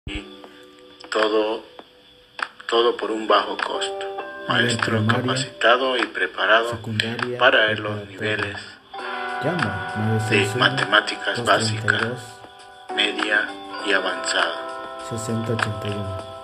y todo, todo por un bajo costo. Maestro primaria, capacitado y preparado secundaria, para los preparatoria. niveles Llama de 961 matemáticas básicas, 232 media y avanzada. 6081.